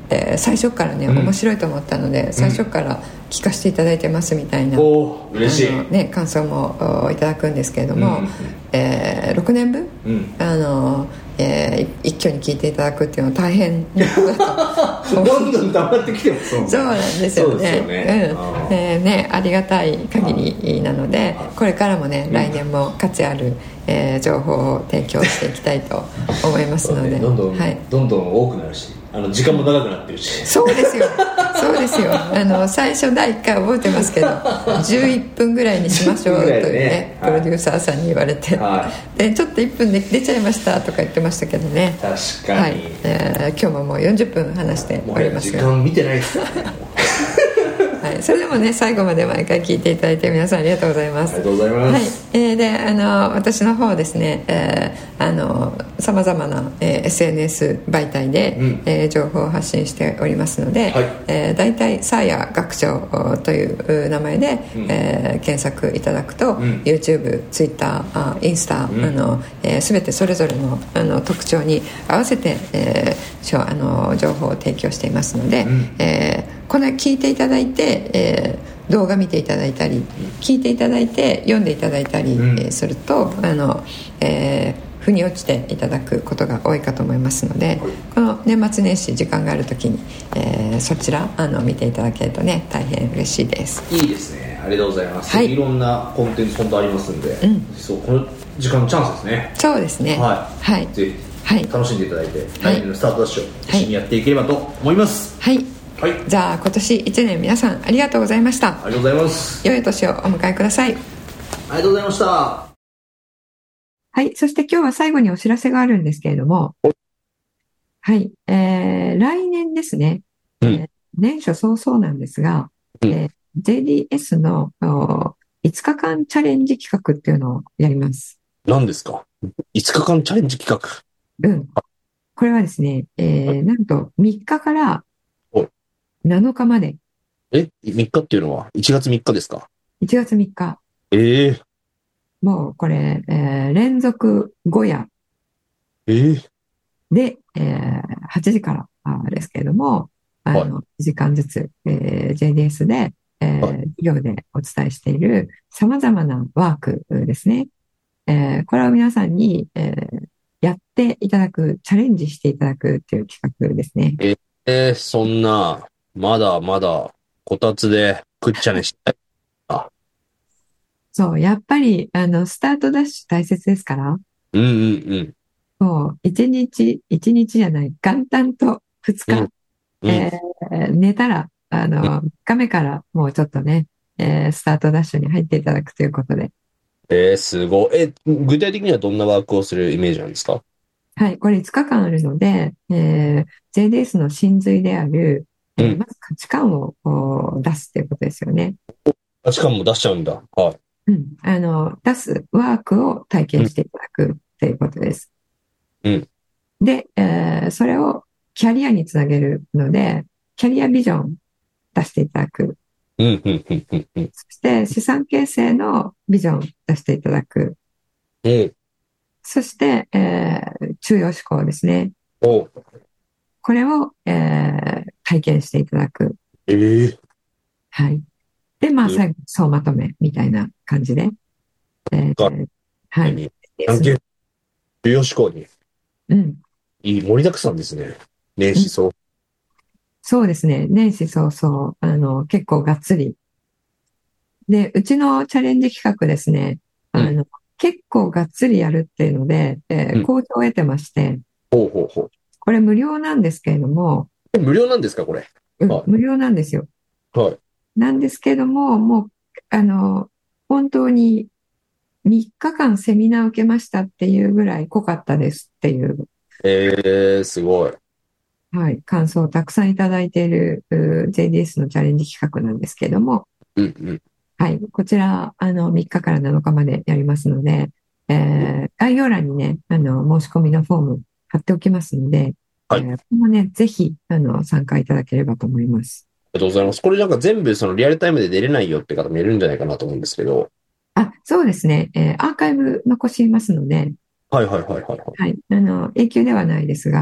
えー、最初からね、うん、面白いと思ったので最初から聞かせていただいてますみたいな、 うん、お嬉しい、 あの、ね、感想もいただくんですけれども、うん、えー、ろくねんぶん、うん、あのえー、一挙に聞いていただくっていうのは大変だとどんどん溜まってきてますもんね。 そうなんですよね。そうですよね、うん、えー、ね、ありがたい限りなのでこれからもね来年も価値ある、えー、情報を提供していきたいと思いますので、ね、 どんどん、はい、どんどん多くなるしあの時間も長くなってるし。 そうですよそうですよ。あの最初だいいっかい覚えてますけどじゅういっぷんぐらいにしましょうというね、ね、プロデューサーさんに言われて、はい、でちょっといっぷんで出ちゃいましたとか言ってましたけどね。 確かに、はい、 えー、今日ももうよんじゅっぷん話しておりますが、 もう時間見てないですからねはい、それでもね最後まで毎回聞いていただいて皆さんありがとうございます。 ありがとうございます、 はい、えー、であの私の方ですね、えー、あのさまざまな、えー、エスエヌエス 媒体で、うん、えー、情報を発信しておりますので、はい、えー、大体サーヤ学長という名前で、うん、えー、検索いただくと、うん、YouTube、Twitter、あインスタ、うん、あのえー、全てそれぞれ の, あの特徴に合わせて、えー、あの情報を提供していますので、うん、えーこれ聞いていただいて、えー、動画見ていただいたり聞いていただいて読んでいただいたり、うん、えー、するとあの、えー、腑に落ちていただくことが多いかと思いますので、はい、この年末年始時間があるときに、えー、そちらあの見ていただけるとね大変嬉しいです。 いいですね、ありがとうございます、はい、いろんなコンテンツ本当ありますんで、うん、そうこの時間のチャンスですね。 そうですね、 はい、はい、ぜひ、はい、楽しんでいただいて、はい、来年のスタートダッシュを一緒にやっていければと思います。 はい、はい、じゃあ今年いちねん皆さんありがとうございました。 ありがとうございます。 良いお年をお迎えください。ありがとうございました。はい、そして今日は最後にお知らせがあるんですけれども、はい、えー、来年ですね、うん、えー、年初早々なんですが、うん、えー、ジェーディーエス のいつかかんチャレンジ企画っていうのをやります。 何ですか？いつかかんチャレンジ企画。 うん。これはですね、えー、なんとみっかからなのかまで。 え、みっかっていうのはいちがつみっかですか？ いちがつみっか。 ええー。 もうこれ、えー、連続ご夜。 えー、 で、えー、はちじからですけれども、あの、はい、いちじかんずつ、えー、ジェーディーエス で、えー、はい、授業でお伝えしている様々なワークですね。えー、これを皆さんに、えー、やっていただく、チャレンジしていただくという企画ですね。 えー、そんな、まだまだ、こたつで、くっちゃねしたい。あ。 そう、やっぱり、あの、スタートダッシュ大切ですから。 うんうんうん。 そう、一日、一日じゃない、元旦と二日、うんうん、えー、寝たら、あの、みっかめからもうちょっとね、えー、スタートダッシュに入っていただくということで。 えー、すごい。え、具体的にはどんなワークをするイメージなんですか？ はい、これいつかかんあるので、えー、ジェーディーエス の真髄である、えーうん、まず価値観を出すということですよね。 価値観も出しちゃうんだ。はい。 うん、あの、出すワークを体験していただくということです。 うん。 で、えー、それをキャリアにつなげるので、キャリアビジョン出していただく。 うん、うん、うん、うん、うん。 そして資産形成のビジョン出していただく。 うん。そして、えー、中庸思考ですね。 おこれを、えー、体験していただく。 えー、 はい。で、まあ、最後、総まとめみたいな感じで。えー、はい。 中庸思考に。 うん。 いい、盛りだくさんですね。年始早。 そうですね。年始早々、あの、結構がっつり。で、うちのチャレンジ企画ですね。あの、うん、結構がっつりやるっていうので、えー、好評を得てまして。 うん、ほうほうほう。 これ無料なんですけれども。 無料なんですか、これ。 うん、はい、無料なんですよ。 はい。 なんですけれども、もう、あの、本当にみっかかんセミナー受けましたっていうぐらい濃かったですっていう。 えー、すごい。 はい、感想をたくさんいただいている ジェーディーエス のチャレンジ企画なんですけれども、 うんうん、 はい、こちらあのみっかからなのかまでやりますので、えー、概要欄にねあの申し込みのフォーム貼っておきますので、はい、えー、これもねぜひあの参加いただければと思います。 ありがとうございます。これなんか全部そのリアルタイムで出れないよって方もいるんじゃないかなと思うんですけど。 あ、そうですね、えー、アーカイブ残しますので、 はいはいはいはい、はい。 はい、あの永久ではないですが、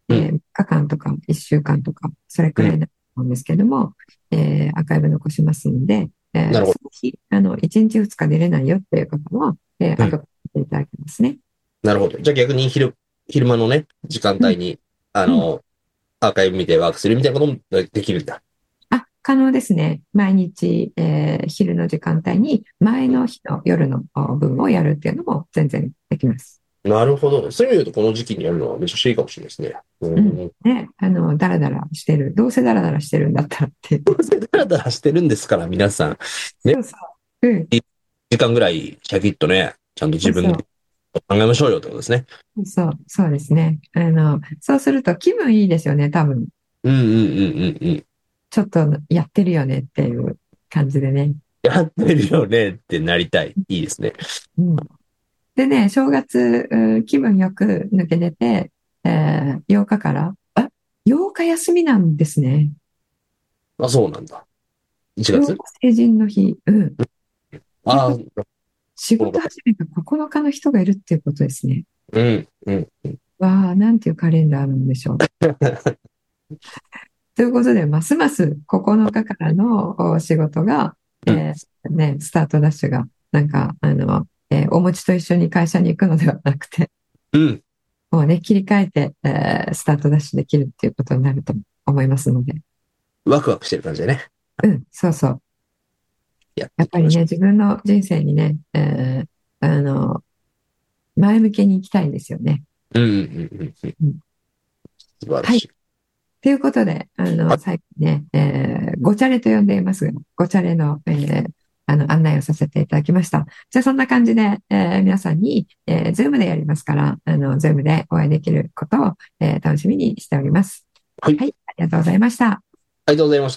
えー、みっかかんとかいっしゅうかんとかそれくらいだと思うんですけども、うん、えー、アーカイブ残しますんで、えー、その日あのいちにちふつか出れないよっていう方は、えー、後で見ていただけますね。 なるほど。じゃあ逆に昼昼間のね時間帯に、うん、あの、うん、アーカイブ見てワークするみたいなこともできるんだ。 あ、可能ですね。毎日、えー、昼の時間帯に前の日の夜の分をやるっていうのも全然できます。 なるほど。そういう意味で言うとこの時期にやるのはめちゃくちゃいいかもしれないですね。うん。うん、 ね、あの、ダラダラしてる。どうせダラダラしてるんだったらって。 どうせダラダラしてるんですから、皆さん。ね。 そうそう。うん。 いちじかんぐらいシャキッとね、ちゃんと自分で考えましょうよってことですね。 そう、そうですね。あの、そうすると気分いいですよね、多分。 うんうんうんうんうん。ちょっとやってるよねっていう感じでね。 やってるよねってなりたい。いいですね。 うん。でね、正月、気分よく抜け出て、えー、ようかから、あ、ようか休みなんですね。 あ、そうなんだ。いちがつ？ 成人の日。うん。 ああ。 仕事始めがここのかの人がいるっていうことですね。 うん、うん、うん。 わあ、なんていうカレンダーなんでしょう。ということで、ますますここのかからの仕事が、えーね、スタートダッシュが、なんか、あの、えー、お餅と一緒に会社に行くのではなくて、 うん、 もうね、切り替えて、えー、スタートダッシュできるっていうことになると思いますので。 ワクワクしてる感じでね。 うん、そうそう。やっぱりね、自分の人生にね、えー、あの、前向きに行きたいんですよね。 うん、うん、うん。うん、素晴らしい。はい。 ということで、あの、最後にね、えー、ごチャレと呼んでいますが、ごチャレの、えー、あの、案内をさせていただきました。じゃあ、そんな感じで、えー、皆さんに、えー、ズームでやりますから、あの、ズームでお会いできることを、えー、楽しみにしております。はい。はい、ありがとうございました。ありがとうございました。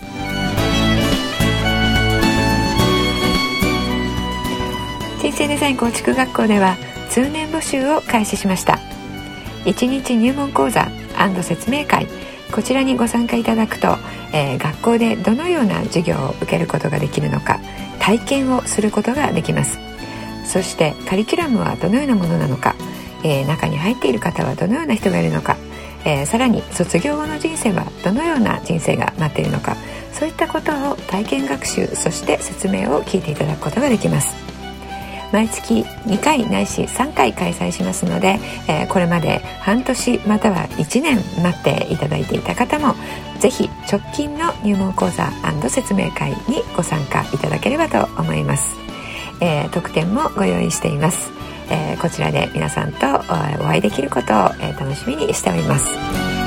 人生デザイン構築学校では、通年募集を開始しました。いちにち入門講座&説明会、こちらにご参加いただくと、えー、学校でどのような授業を受けることができるのか、体験をすることができます。そしてカリキュラムはどのようなものなのか、えー、中に入っている方はどのような人がいるのか、えー、さらに卒業後の人生はどのような人生が待っているのか、そういったことを体験学習、そして説明を聞いていただくことができます。毎月にかいないしさんかい開催しますので、えー、これまで半年またはいちねん待っていただいていた方も、ぜひ直近の入門講座&説明会にご参加いただければと思います。えー、特典もご用意しています。えー、こちらで皆さんとお会いできることを、えー、楽しみにしております。